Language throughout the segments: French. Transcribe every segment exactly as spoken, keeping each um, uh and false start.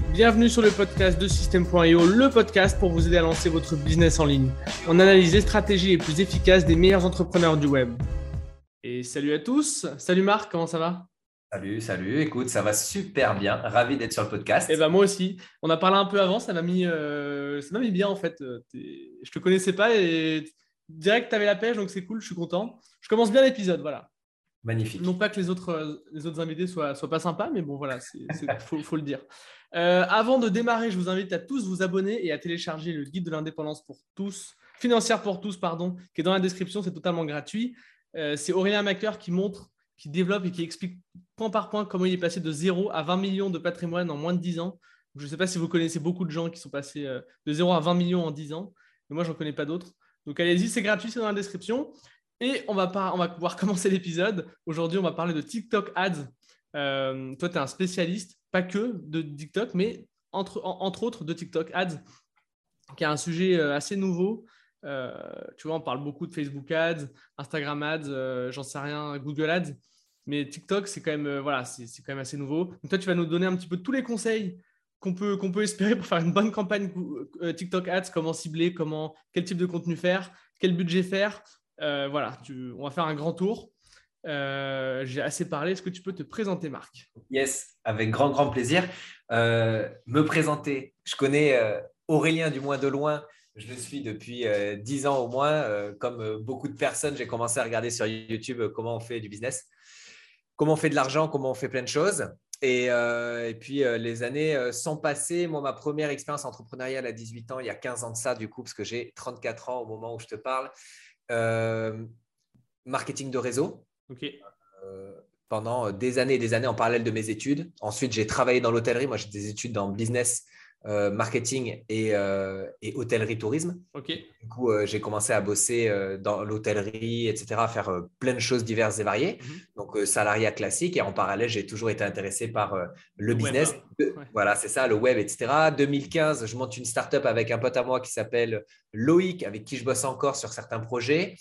Bienvenue sur le podcast de System point io, le podcast pour vous aider à lancer votre business en ligne. On analyse les stratégies les plus efficaces des meilleurs entrepreneurs du web. Et salut à tous. Salut Marc, comment ça va? Salut, salut. Écoute, ça va super bien. Ravi d'être sur le podcast. Eh ben moi aussi. On a parlé un peu avant, ça m'a mis, euh, ça m'a mis bien en fait. T'es- Je te connaissais pas et direct tu avais la pêche, donc c'est cool, je suis content. Je commence bien l'épisode, voilà. Non Magnifique. pas que les autres, euh, les autres invités soient, soient pas sympas, mais bon voilà, il faut, faut le dire. Euh, avant de démarrer, je vous invite à tous vous abonner et à télécharger le guide de l'indépendance pour tous, financière pour tous, pardon, qui est dans la description, c'est totalement gratuit. Euh, c'est Aurélien Maqueur qui montre, qui développe et qui explique point par point comment il est passé de zéro à vingt millions de patrimoine en moins de dix ans. Je ne sais pas si vous connaissez beaucoup de gens qui sont passés euh, de zéro à vingt millions en dix ans, mais moi, je n'en connais pas d'autres. Donc allez-y, c'est gratuit, c'est dans la description. Et on va, pas, on va pouvoir commencer l'épisode. Aujourd'hui, on va parler de TikTok Ads. Euh, toi, tu es un spécialiste, pas que de TikTok, mais entre, en, entre autres de TikTok Ads, qui est un sujet euh, assez nouveau. Euh, tu vois, on parle beaucoup de Facebook Ads, Instagram Ads, euh, j'en sais rien, Google Ads. Mais TikTok, c'est quand même, euh, voilà, c'est, c'est quand même assez nouveau. Donc toi, tu vas nous donner un petit peu tous les conseils qu'on peut, qu'on peut espérer pour faire une bonne campagne euh, TikTok Ads, comment cibler, comment, quel type de contenu faire, quel budget faire. Euh, voilà, tu, on va faire un grand tour. Euh, j'ai assez parlé. Est-ce que tu peux te présenter, Marc? Yes, avec grand, grand plaisir. Euh, me présenter. Je connais euh, Aurélien du moins de loin. Je le suis depuis euh, dix ans au moins. Euh, comme euh, beaucoup de personnes, j'ai commencé à regarder sur YouTube euh, comment on fait du business, comment on fait de l'argent, comment on fait plein de choses. Et, euh, et puis, euh, les années euh, sont passées. Moi, ma première expérience entrepreneuriale à dix-huit ans, il y a quinze ans de ça, du coup, parce que j'ai trente-quatre ans au moment où je te parle. Euh, marketing de réseau. Ok. euh, pendant des années et des années en parallèle de mes études. Ensuite, j'ai travaillé dans l'hôtellerie. Moi, j'ai des études dans business, euh, marketing et, euh, et hôtellerie-tourisme. Ok. Du coup, euh, j'ai commencé à bosser euh, dans l'hôtellerie, et cetera, à faire euh, plein de choses diverses et variées. Mhm. Donc, euh, salariat classique. Et en parallèle, j'ai toujours été intéressé par euh, le Le web. business. Ouais. Voilà, c'est ça, le web, et cetera. deux mille quinze, je monte une startup avec un pote à moi qui s'appelle Loïc, avec qui je bosse encore sur certains projets.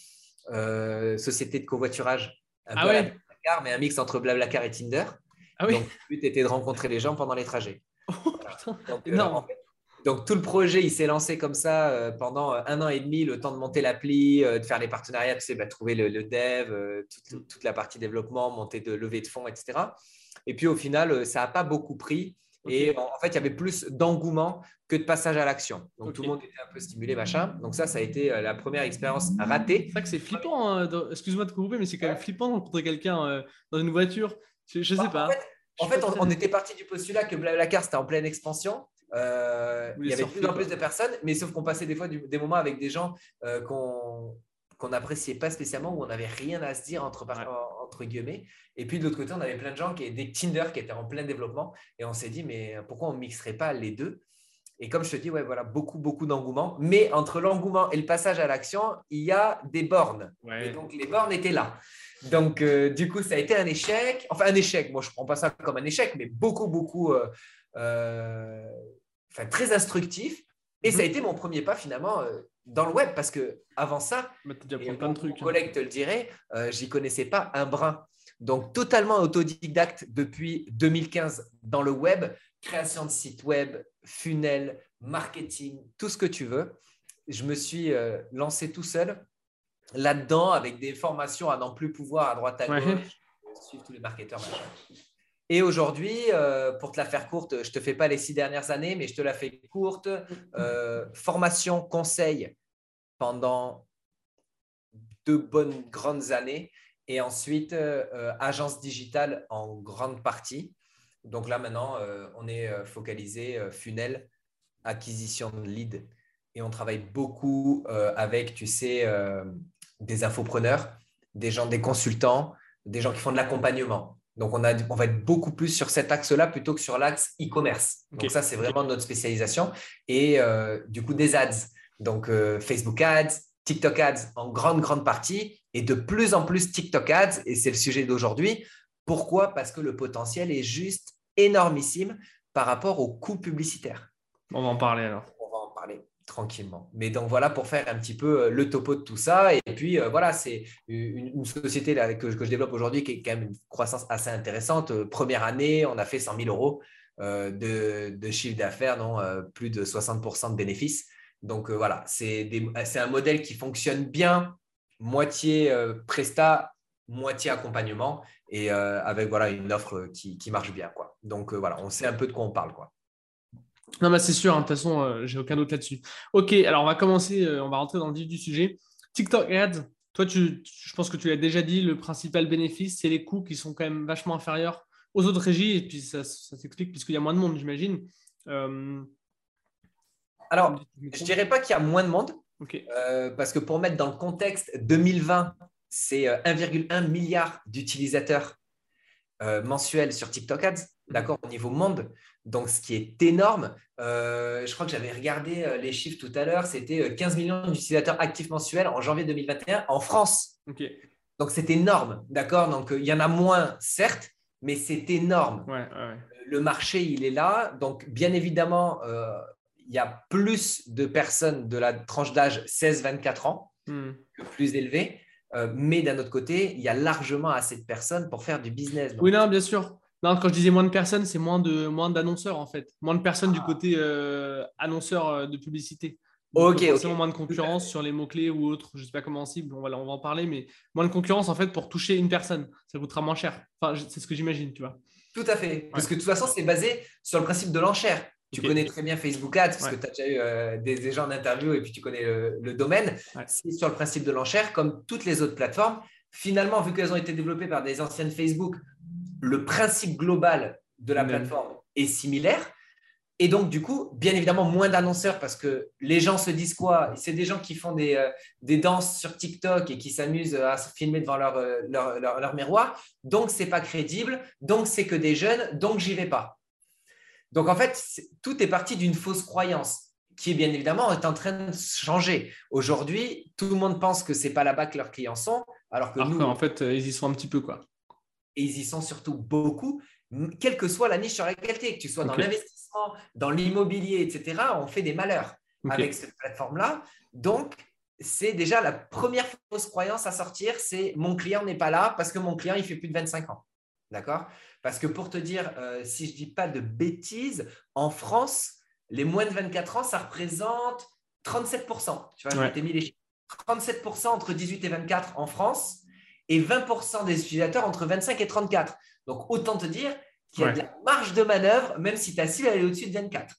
Euh, société de covoiturage, un Ah peu à la ouais. Blablacar, mais un mix entre Blablacar et Tinder. Ah oui. Donc, le but était de rencontrer les gens pendant les trajets. Oh putain, Donc, euh, en énorme. fait, donc, tout le projet, il s'est lancé comme ça euh, pendant un an et demi, le temps de monter l'appli, euh, de faire les partenariats, tu sais, bah, trouver le, le dev, euh, toute, toute la partie développement, monter de levée de fonds, et cetera. Et puis, au final, euh, ça n'a pas beaucoup pris. Ok. Et en, en fait, il y avait plus d'engouement que de passage à l'action. Donc, tout le Ok. monde était un peu stimulé, machin. Donc, ça, ça a été euh, la première expérience ratée. C'est vrai que c'est flippant, hein, dans- excuse-moi de te couper, mais c'est quand même flippant de rencontrer quelqu'un euh, dans une voiture. Je, je sais Bah, en fait, pas. Je en suis pas fait on, très. on était parti du postulat que Blablacar, c'était en pleine expansion. Euh, Vous il voulez y avait de plus surfer, en quoi. plus de personnes, mais sauf qu'on passait des fois du- des moments avec des gens euh, qu'on qu'on n'appréciait pas spécialement, où on n'avait rien à se dire entre, Ouais. entre guillemets. Et puis de l'autre côté, on avait plein de gens, qui, des Tinder qui étaient en plein développement. Et on s'est dit, mais pourquoi on ne mixerait pas les deux? Et comme je te dis, ouais, voilà, beaucoup, beaucoup d'engouement. Mais entre l'engouement et le passage à l'action, il y a des bornes. Et Ouais. donc, les bornes étaient là. Donc, euh, du coup, ça a été un échec. Enfin, un échec. Moi, je ne prends pas ça comme un échec, mais beaucoup, beaucoup, euh, euh, enfin, très instructif. Et ça a Mhm. été mon premier pas, finalement, euh, dans le web. Parce que avant ça, Bah, t'as dû et apprendre plein mon, de mon trucs, hein. collègue te le dirait, euh, j'y connaissais pas un brin. Donc, totalement autodidacte depuis deux mille quinze dans le web, création de sites web, funnel, marketing, tout ce que tu veux. Je me suis euh, lancé tout seul là-dedans avec des formations à n'en plus pouvoir à droite à Ouais. gauche, suivre tous les marketeurs, machin. Et aujourd'hui, euh, pour te la faire courte, je ne te fais pas les six dernières années, mais je te la fais courte. Euh, formation, conseil pendant deux bonnes grandes années. Et ensuite, euh, agence digitale en grande partie. Donc là, maintenant, euh, on est focalisé euh, funnel, acquisition de leads. Et on travaille beaucoup euh, avec, tu sais, euh, des infopreneurs, des gens, des consultants, des gens qui font de l'accompagnement. Donc, on, a, on va être beaucoup plus sur cet axe-là plutôt que sur l'axe e-commerce. Ok. Donc, ça, c'est vraiment notre spécialisation. Et euh, du coup, des ads. Donc, euh, Facebook Ads, TikTok Ads en grande, grande partie. Et de plus en plus TikTok Ads. Et c'est le sujet d'aujourd'hui. Pourquoi? Parce que le potentiel est juste énormissime par rapport aux coûts publicitaires. On va en parler alors. On va en parler tranquillement. Mais donc voilà pour faire un petit peu le topo de tout ça. Et puis euh, voilà, c'est une, une société là, que, que je développe aujourd'hui qui est quand même une croissance assez intéressante. Euh, première année, on a fait cent mille euros. euh, de, de chiffre d'affaires, non, euh, plus de soixante pour cent de bénéfices. Donc euh, voilà, c'est, des, c'est un modèle qui fonctionne bien, moitié euh, prestat, moitié accompagnement et euh, avec voilà, une offre qui, qui marche bien, quoi. Donc euh, voilà, on sait un peu de quoi on parle, quoi. Non, bah, c'est sûr, hein, de toute façon, euh, j'ai aucun doute là-dessus. Ok, alors on va commencer, euh, on va rentrer dans le vif du sujet. TikTok Ads, toi, tu, tu- je pense que tu l'as déjà dit, le principal bénéfice, c'est les coûts qui sont quand même vachement inférieurs aux autres régies, et puis ça, ça s'explique puisqu'il y a moins de monde, j'imagine. Euh, tu me dis Alors, si je me je trompe. dirais pas qu'il y a moins de monde, Ok. euh, parce que pour mettre dans le contexte, deux mille vingt, c'est euh, un virgule un milliard d'utilisateurs euh, mensuels sur TikTok Ads, Mhm. d'accord, au niveau monde. Donc, ce qui est énorme. Euh, je crois que j'avais regardé euh, les chiffres tout à l'heure, c'était euh, quinze millions d'utilisateurs actifs mensuels en janvier deux mille vingt et un en France. Ok. Donc, c'est énorme, d'accord. Donc, euh, il y en a moins, certes, mais c'est énorme. Ouais, ouais, ouais. Le marché, il est là. Donc, bien évidemment, euh, il y a plus de personnes de la tranche d'âge seize vingt-quatre ans, Hmm. plus élevée. Euh, mais d'un autre côté, il y a largement assez de personnes pour faire du business. Oui, Donc, non, bien sûr. Non, quand je disais moins de personnes, c'est moins de moins d'annonceurs en fait. Moins de personnes du côté euh, annonceur euh, de publicité. Donc euh, ok, forcément ok. moins de Tout à concurrence fait. sur les mots-clés ou autres. Je ne sais pas comment on cible, on va, on va en parler, mais moins de concurrence en fait pour toucher une personne. Ça coûtera moins cher. Enfin, je- c'est ce que j'imagine, tu vois. Tout à fait. Ouais. Parce que de toute façon, c'est basé sur le principe de l'enchère. Tu Ok. connais très bien Facebook Ads parce que Ouais. tu as déjà eu euh, des, des gens d'interview et puis tu connais le, le domaine. Ouais. C'est sur le principe de l'enchère, comme toutes les autres plateformes. Finalement, vu qu'elles ont été développées par des anciennes Facebook, le principe global de la Même. plateforme est similaire. Et donc, du coup, bien évidemment, moins d'annonceurs parce que les gens se disent quoi? C'est des gens qui font des, euh, des danses sur TikTok et qui s'amusent à se filmer devant leur, euh, leur, leur, leur miroir. Donc, ce n'est pas crédible. Donc, c'est que des jeunes. Donc, j'y vais pas. Donc, en fait, c'est- tout est parti d'une fausse croyance qui, bien évidemment, est en train de changer. Aujourd'hui, tout le monde pense que ce n'est pas là-bas que leurs clients sont, alors que Alors qu'en nous, fait, euh, ils y sont un petit peu quoi. et ils y sont surtout beaucoup, quelle que soit la niche sur laquelle tu es, que tu sois dans Ok. l'investissement, dans l'immobilier, et cetera, on fait des malheurs Ok. avec cette plateforme-là. Donc, c'est déjà la première fausse croyance à sortir, c'est mon client n'est pas là parce que mon client, il fait plus de vingt-cinq ans. D'accord? Parce que pour te dire, euh, si je ne dis pas de bêtises, en France, les moins de vingt-quatre ans, ça représente trente-sept pour cent. Tu vois, je Ouais. m'étais mis les chiffres. trente-sept pour cent entre dix-huit et vingt-quatre en France et vingt pour cent des utilisateurs entre vingt-cinq et trente-quatre. Donc, autant te dire qu'il y a Ouais. de la marge de manœuvre, même si ta cible elle est au-dessus de vingt-quatre.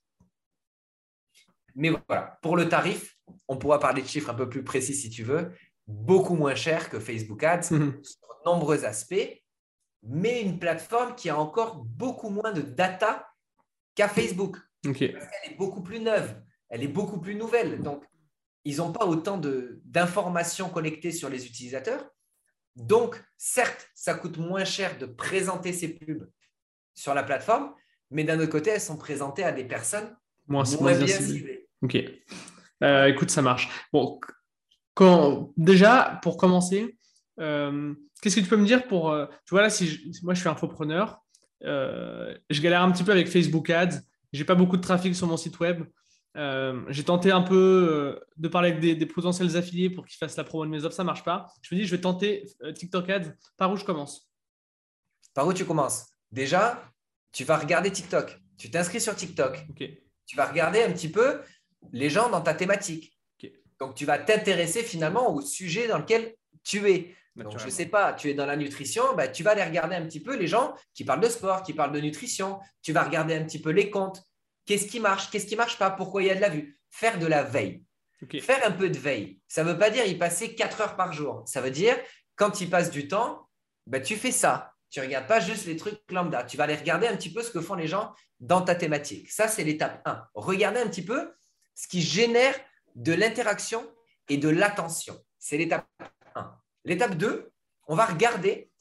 Mais voilà, pour le tarif, on pourra parler de chiffres un peu plus précis si tu veux, beaucoup moins cher que Facebook Ads Mhm. sur de nombreux aspects, mais une plateforme qui a encore beaucoup moins de data qu'à Facebook. Ok. Elle est beaucoup plus neuve, elle est beaucoup plus nouvelle. Donc, ils n'ont pas autant de, d'informations collectées sur les utilisateurs. Donc, certes, ça coûte moins cher de présenter ces pubs sur la plateforme, mais d'un autre côté, elles sont présentées à des personnes Moins, moins moins bien bien ciblé. ciblées. Ok. Euh, Voilà. écoute, ça marche. Bon, quand, déjà, pour commencer, euh, qu'est-ce que tu peux me dire pour. Euh, tu vois, là, si, je- si moi je suis infopreneur, euh, je galère un petit peu avec Facebook Ads, j'ai pas beaucoup de trafic sur mon site web. Euh, j'ai tenté un peu euh, de parler avec des, des potentiels affiliés pour qu'ils fassent la promo de mes offres, ça marche pas. Je me dis, je vais tenter euh, TikTok Ads. Par où je commence? Par où tu commences? Déjà, tu vas regarder TikTok. Tu t'inscris sur TikTok. Ok. Tu vas regarder un petit peu les gens dans ta thématique. Ok. Donc, tu vas t'intéresser finalement au sujet dans lequel tu es. Donc, je ne Naturellement. sais pas, tu es dans la nutrition, bah, tu vas aller regarder un petit peu les gens qui parlent de sport, qui parlent de nutrition. Tu vas regarder un petit peu les comptes. Qu'est-ce qui marche? Qu'est-ce qui ne marche pas? Pourquoi il y a de la vue? Faire de la veille. Ok. Faire un peu de veille. Ça ne veut pas dire y passer quatre heures par jour. Ça veut dire, quand tu passes du temps, bah, tu fais ça. Tu ne regardes pas juste les trucs lambda. Tu vas aller regarder un petit peu ce que font les gens dans ta thématique. Ça, c'est l'étape un. Regarder un petit peu ce qui génère de l'interaction et de l'attention. C'est l'étape un. L'étape deux, on va regarder,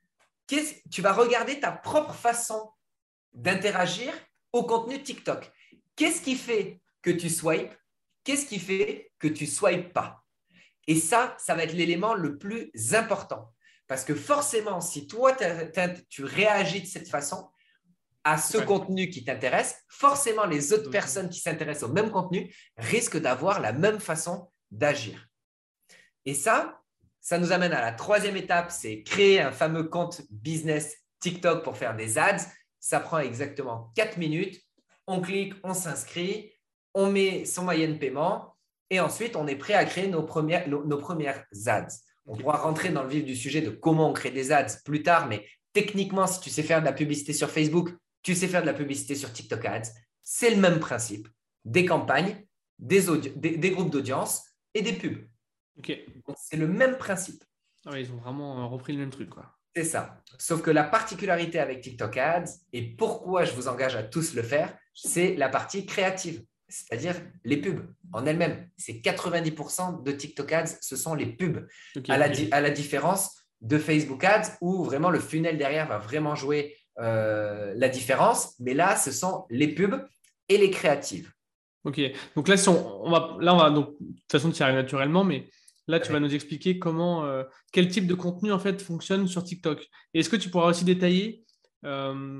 tu vas regarder ta propre façon d'interagir au contenu TikTok. Qu'est-ce qui fait que tu swipes? Qu'est-ce qui fait que tu swipes pas? Et ça, ça va être l'élément le plus important. Parce que forcément, si toi, tu réagis de cette façon à ce Ouais. contenu qui t'intéresse, forcément, les autres Donc, personnes qui s'intéressent au même contenu risquent d'avoir la même façon d'agir. Et ça, ça nous amène à la troisième étape, c'est créer un fameux compte business TikTok pour faire des ads. ça prend exactement quatre minutes. On clique, on s'inscrit, on met son moyen de paiement et ensuite, on est prêt à créer nos premières, nos, nos premières ads. On pourra rentrer dans le vif du sujet de comment on crée des ads plus tard, mais techniquement, si tu sais faire de la publicité sur Facebook, tu sais faire de la publicité sur TikTok Ads, c'est le même principe. Des campagnes, des, audi- des, des groupes d'audience et des pubs. Okay. C'est le même principe. Ah ouais, ils ont vraiment repris le même truc, quoi. C'est ça. Sauf que la particularité avec TikTok Ads et pourquoi je vous engage à tous le faire, c'est la partie créative, c'est-à-dire les pubs en elles-mêmes. C'est quatre-vingt-dix pour cent de TikTok Ads, ce sont les pubs. Okay, à, la, okay. à la différence de Facebook Ads où vraiment le funnel derrière va vraiment jouer euh, la différence. Mais là, ce sont les pubs et les créatives. Ok. Donc là, si on, on va, là, on va donc, de toute façon, tu y arrives naturellement, mais là, tu vas nous expliquer comment, euh, quel type de contenu en fait fonctionne sur TikTok. Et est-ce que tu pourras aussi détailler, euh,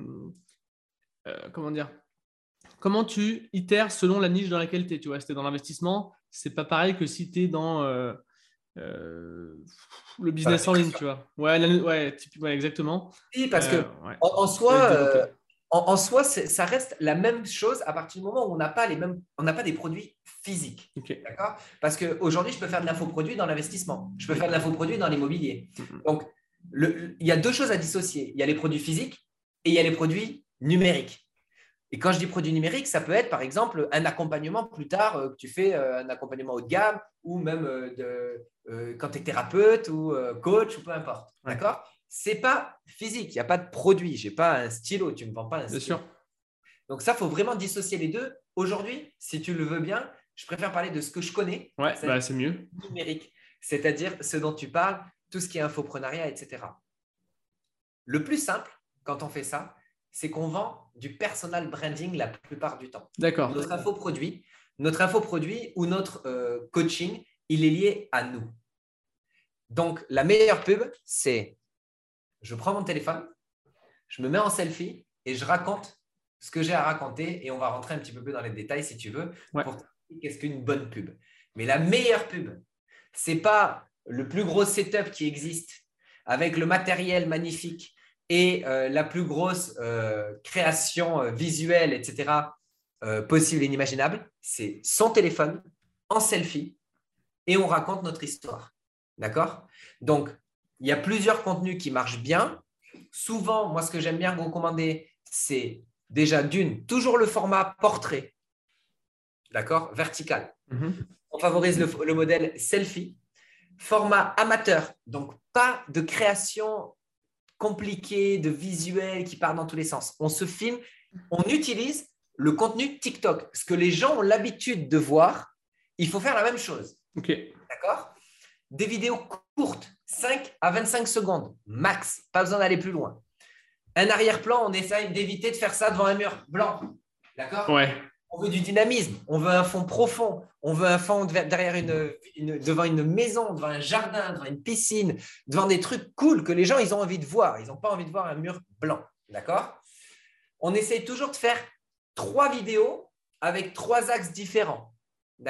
euh, comment dire, comment tu itères selon la niche dans laquelle tu es. Tu vois, si tu es dans l'investissement, c'est pas pareil que si tu es dans euh, euh, le business en ligne, tu vois. Ouais, la, ouais, type, ouais, exactement. Oui, parce euh, que ouais. en, en soi, euh, en, en soi, ça reste la même chose à partir du moment où on n'a pas les mêmes, on n'a pas des produits physiques. Okay. D'accord ? Parce qu'aujourd'hui, je peux faire de l'infoproduit dans l'investissement. Je peux faire de l'infoproduit dans l'immobilier. Mm-hmm. Donc, le, il y a deux choses à dissocier. Il y a les produits physiques et il y a les produits numériques. Et quand je dis produit numérique, ça peut être par exemple un accompagnement plus tard, euh, que tu fais euh, un accompagnement haut de gamme ou même euh, de, euh, quand tu es thérapeute ou euh, coach ou peu importe. Ouais. D'accord ? Ce n'est pas physique, il n'y a pas de produit. Je n'ai pas un stylo, tu ne me vends pas un stylo. Bien sûr. Donc ça, il faut vraiment dissocier les deux. Aujourd'hui, si tu le veux bien, je préfère parler de ce que je connais. Ouais, c'est bah, c'est mieux. Numérique, c'est-à-dire ce dont tu parles, tout ce qui est infoprenariat, et cetera. Le plus simple, quand on fait ça, c'est qu'on vend du personal branding la plupart du temps. D'accord. Notre infoproduit, notre infoproduit ou notre euh, coaching, il est lié à nous. Donc, la meilleure pub, c'est je prends mon téléphone, je me mets en selfie et je raconte ce que j'ai à raconter et on va rentrer un petit peu plus dans les détails si tu veux ouais. pour te dire qu'est-ce qu'une bonne pub. Mais la meilleure pub, ce n'est pas le plus gros setup qui existe avec le matériel magnifique et euh, la plus grosse euh, création euh, visuelle, et cetera, euh, possible et inimaginable, c'est son téléphone en selfie et on raconte notre histoire. D'accord ? Donc, il y a plusieurs contenus qui marchent bien. Souvent, moi, ce que j'aime bien recommander, c'est déjà d'une, toujours le format portrait, d'accord ? Vertical. Mm-hmm. On favorise le, le modèle selfie. Format amateur, donc pas de création compliqué, de visuels qui partent dans tous les sens. On se filme, on utilise le contenu TikTok. Ce que les gens ont l'habitude de voir, il faut faire la même chose. Okay. D'accord ? Des vidéos courtes, cinq à vingt-cinq secondes, max. Pas besoin d'aller plus loin. Un arrière-plan, on essaye d'éviter de faire ça devant un mur blanc. D'accord ? Ouais. On veut du dynamisme, on veut un fond profond, on veut un fond derrière une, une, devant une maison, devant un jardin, devant une piscine, devant des trucs cool que les gens ils ont envie de voir. Ils n'ont pas envie de voir un mur blanc. D'accord ? On essaye toujours de faire trois vidéos avec trois axes différents. D'accord ?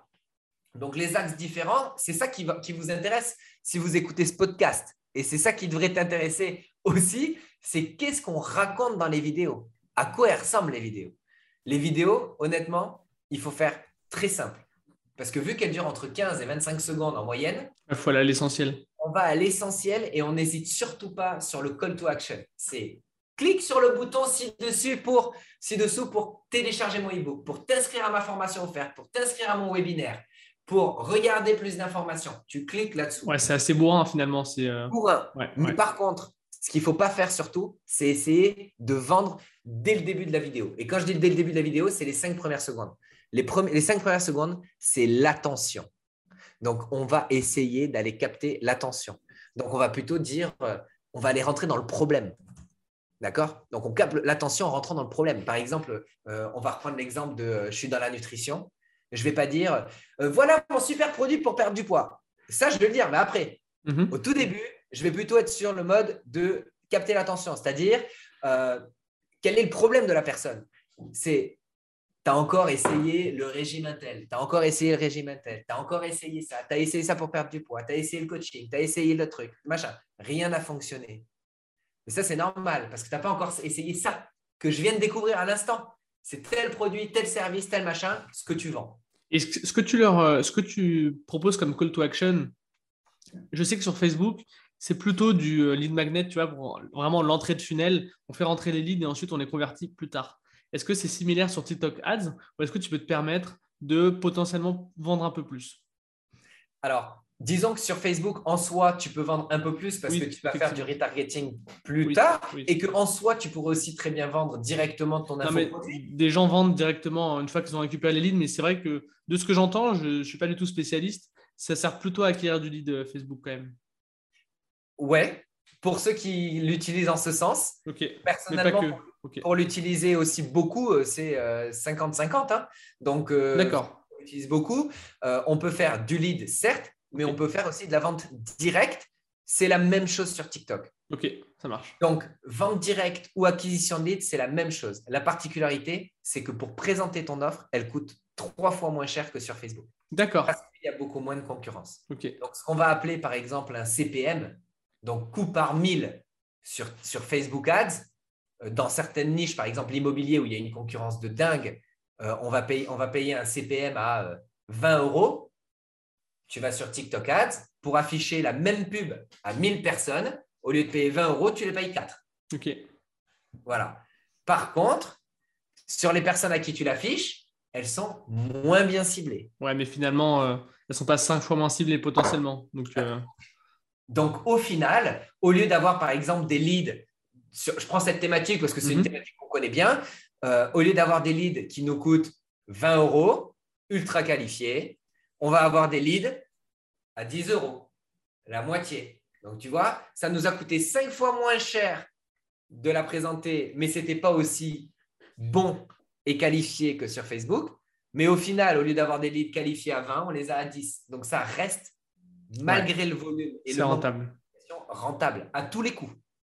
Donc, les axes différents, c'est ça qui, va, qui vous intéresse si vous écoutez ce podcast. Et c'est ça qui devrait t'intéresser aussi, c'est qu'est-ce qu'on raconte dans les vidéos ? À quoi elles ressemblent les vidéos ? Les vidéos, honnêtement, il faut faire très simple. Parce que vu qu'elles durent entre quinze et vingt-cinq secondes en moyenne, il faut aller à l'essentiel. On va à l'essentiel et on n'hésite surtout pas sur le call to action. C'est clique sur le bouton ci-dessus pour, ci-dessous pour télécharger mon e-book, pour t'inscrire à ma formation offerte, pour t'inscrire à mon webinaire, pour regarder plus d'informations. Tu cliques là-dessous. Ouais, c'est assez bourrin finalement. C'est, euh... bourrin. Ouais, Mais ouais. par contre, ce qu'il ne faut pas faire surtout, c'est essayer de vendre dès le début de la vidéo. Et quand je dis dès le début de la vidéo, c'est les cinq premières secondes. Les, premiers, les cinq premières secondes, c'est l'attention. Donc, on va essayer d'aller capter l'attention. Donc, on va plutôt dire, euh, on va aller rentrer dans le problème. D'accord ? Donc, on capte l'attention en rentrant dans le problème. Par exemple, euh, on va reprendre l'exemple de euh, je suis dans la nutrition. Je ne vais pas dire euh, voilà mon super produit pour perdre du poids. Ça, je vais le dire, mais après, mm-hmm. Au tout début, je vais plutôt être sur le mode de capter l'attention. C'est-à-dire, euh, quel est le problème de la personne ? C'est tu as encore essayé le régime Intel, tu as encore essayé le régime Intel, tu as encore essayé ça, tu as essayé ça pour perdre du poids, tu as essayé le coaching, tu as essayé le truc, machin. Rien n'a fonctionné. Mais ça, c'est normal parce que tu n'as pas encore essayé ça. que je viens de découvrir à l'instant. C'est tel produit, tel service, tel machin, ce que tu vends. Et ce que, ce que tu leur, euh, ce que tu proposes comme call to action, je sais que sur Facebook, c'est plutôt du euh, lead magnet, tu vois, pour vraiment l'entrée de funnel. On fait rentrer les leads et ensuite on les convertit plus tard. Est-ce que c'est similaire sur TikTok Ads ou est-ce que tu peux te permettre de potentiellement vendre un peu plus? Alors, disons que sur Facebook, en soi, tu peux vendre un peu plus parce Oui, que tu vas faire du effectivement. retargeting plus Oui, tard oui. et qu'en soi, tu pourrais aussi très bien vendre directement ton Non, mais infoproduit. des gens vendent directement une fois qu'ils ont récupéré les leads, mais c'est vrai que de ce que j'entends, je ne suis pas du tout spécialiste, ça sert plutôt à acquérir du lead euh, Facebook quand même. Ouais, pour ceux qui l'utilisent en ce sens. Ok, mais pas Personnellement, que. pour, Ok, pour l'utiliser aussi beaucoup, euh, c'est euh, cinquante cinquante. Hein. Donc, euh, d'accord. on l'utilise beaucoup. Euh, on peut faire du lead, certes, mais Ok, on peut faire aussi de la vente directe. C'est la même chose sur TikTok. ok, ça marche. Donc, vente directe ou acquisition de lead, c'est la même chose. La particularité, c'est que pour présenter ton offre, elle coûte trois fois moins cher que sur Facebook. D'accord. Parce qu'il y a beaucoup moins de concurrence. Ok, Donc, ce qu'on va appeler par exemple un C P M, donc coût par mille sur, sur Facebook Ads, euh, dans certaines niches, par exemple l'immobilier où il y a une concurrence de dingue, euh, on, va payer, on va payer un C P M à euh, vingt euros. Tu vas sur TikTok Ads pour afficher la même pub à mille personnes. Au lieu de payer vingt euros, tu les payes quatre. ok. Voilà. Par contre, sur les personnes à qui tu l'affiches, elles sont moins bien ciblées. Ouais, mais finalement, euh, elles ne sont pas cinq fois moins ciblées potentiellement. Donc, euh, Donc, au final, au lieu d'avoir, par exemple, des leads, sur, je prends cette thématique parce que c'est une mhm. thématique qu'on connaît bien, euh, au lieu d'avoir des leads qui nous coûtent vingt euros, ultra qualifiés, on va avoir des leads à dix euros, la moitié. Donc, tu vois, ça nous a coûté cinq fois moins cher de la présenter, mais ce n'était pas aussi bon et qualifié que sur Facebook. Mais au final, au lieu d'avoir des leads qualifiés à vingt, on les a à dix. Donc, ça reste, Ouais, malgré le volume et c'est le manque de rentable. communication, rentable à tous les coups.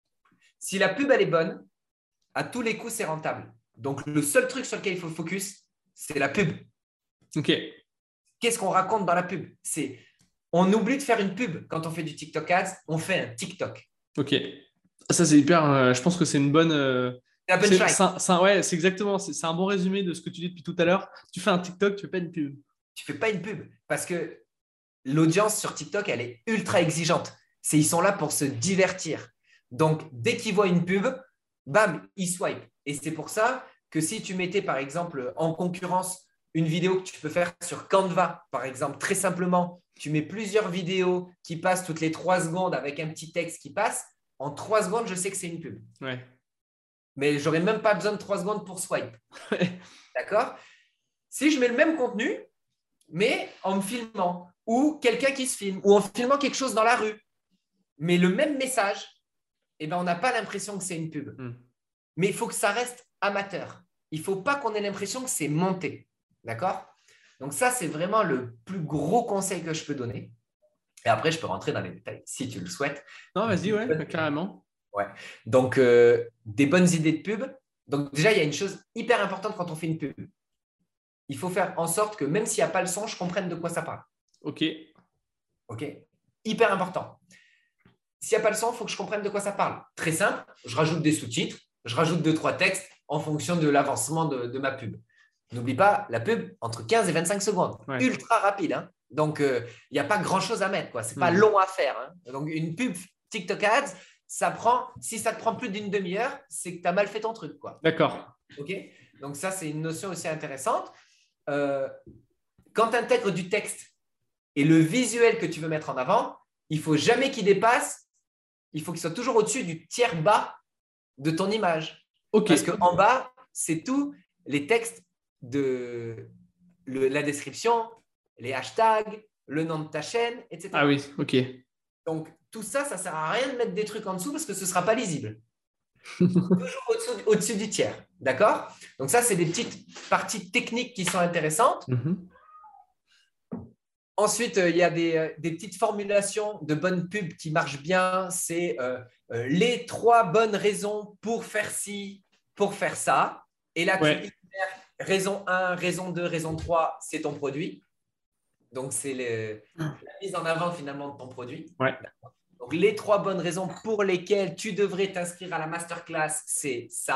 Si la pub, elle est bonne, à tous les coups, c'est rentable. Donc, le seul truc sur lequel il faut focus, c'est la pub. Ok, Qu'est-ce qu'on raconte dans la pub? C'est on oublie de faire une pub quand on fait du TikTok Ads, on fait un TikTok. ok. Ça, c'est hyper. euh, je pense que c'est une bonne. euh, C'est la c'est, punchline. c'est un- c'est un- ouais, c'est exactement. C'est c'est un bon résumé de ce que tu dis depuis tout à l'heure. Tu fais un TikTok, tu fais pas une pub. Tu ne fais pas une pub parce que l'audience sur TikTok, elle est ultra exigeante. C'est, ils sont là pour se divertir. Donc, dès qu'ils voient une pub, bam, ils swipe. Et c'est pour ça que si tu mettais, par exemple, en concurrence une vidéo que tu peux faire sur Canva, par exemple, très simplement, tu mets plusieurs vidéos qui passent toutes les trois secondes avec un petit texte qui passe. En trois secondes, je sais que c'est une pub. Ouais. Mais je n'aurais même pas besoin de trois secondes pour swipe. D'accord? Si je mets le même contenu, mais en me filmant, ou quelqu'un qui se filme, ou en filmant quelque chose dans la rue, mais le même message, eh ben, on n'a pas l'impression que c'est une pub. Hmm. Mais il faut que ça reste amateur. Il ne faut pas qu'on ait l'impression que c'est monté. D'accord? Donc ça, c'est vraiment le plus gros conseil que je peux donner. Et après, je peux rentrer dans les détails si tu le souhaites. Non, vas-y, ouais, carrément. Ouais. Donc, euh, des bonnes idées de pub. Donc, déjà, il y a une chose hyper importante quand on fait une pub. Il faut faire en sorte que même s'il n'y a pas le son, je comprenne de quoi ça parle. Ok. OK? Hyper important. S'il n'y a pas le son, il faut que je comprenne de quoi ça parle. Très simple, je rajoute des sous-titres, je rajoute deux, trois textes en fonction de l'avancement de, de ma pub. N'oublie pas, la pub, entre quinze et vingt-cinq secondes. Ouais. Ultra rapide. Hein? Donc, il euh, n'y a pas grand-chose à mettre. Ce n'est pas Hmm. long à faire. Hein? Donc, une pub TikTok Ads, ça prend, si ça te prend plus d'une demi-heure, c'est que tu as mal fait ton truc. Quoi. D'accord. OK? Donc, ça, c'est une notion aussi intéressante. Euh, quand tu intègres du texte et le visuel que tu veux mettre en avant, il ne faut jamais qu'il dépasse, il faut qu'il soit toujours au-dessus du tiers bas de ton image. Ok. Parce qu'en bas, c'est tous les textes de le, la description, les hashtags, le nom de ta chaîne, et cetera. Ah oui, ok. Donc, tout ça, ça ne sert à rien de mettre des trucs en dessous parce que ce ne sera pas lisible. Toujours au-dessus, au-dessus du tiers. D'accord? Donc, ça, c'est des petites parties techniques qui sont intéressantes. Mm-hmm. Ensuite, euh, il y a des, euh, des petites formulations de bonnes pubs qui marchent bien. C'est euh, euh, les trois bonnes raisons pour faire ci, pour faire ça. Et là, Ouais. tu énumères raison un, raison deux, raison trois, c'est ton produit. Donc, c'est le, la mise en avant finalement de ton produit. Ouais. Donc, les trois bonnes raisons pour lesquelles tu devrais t'inscrire à la masterclass, c'est ça.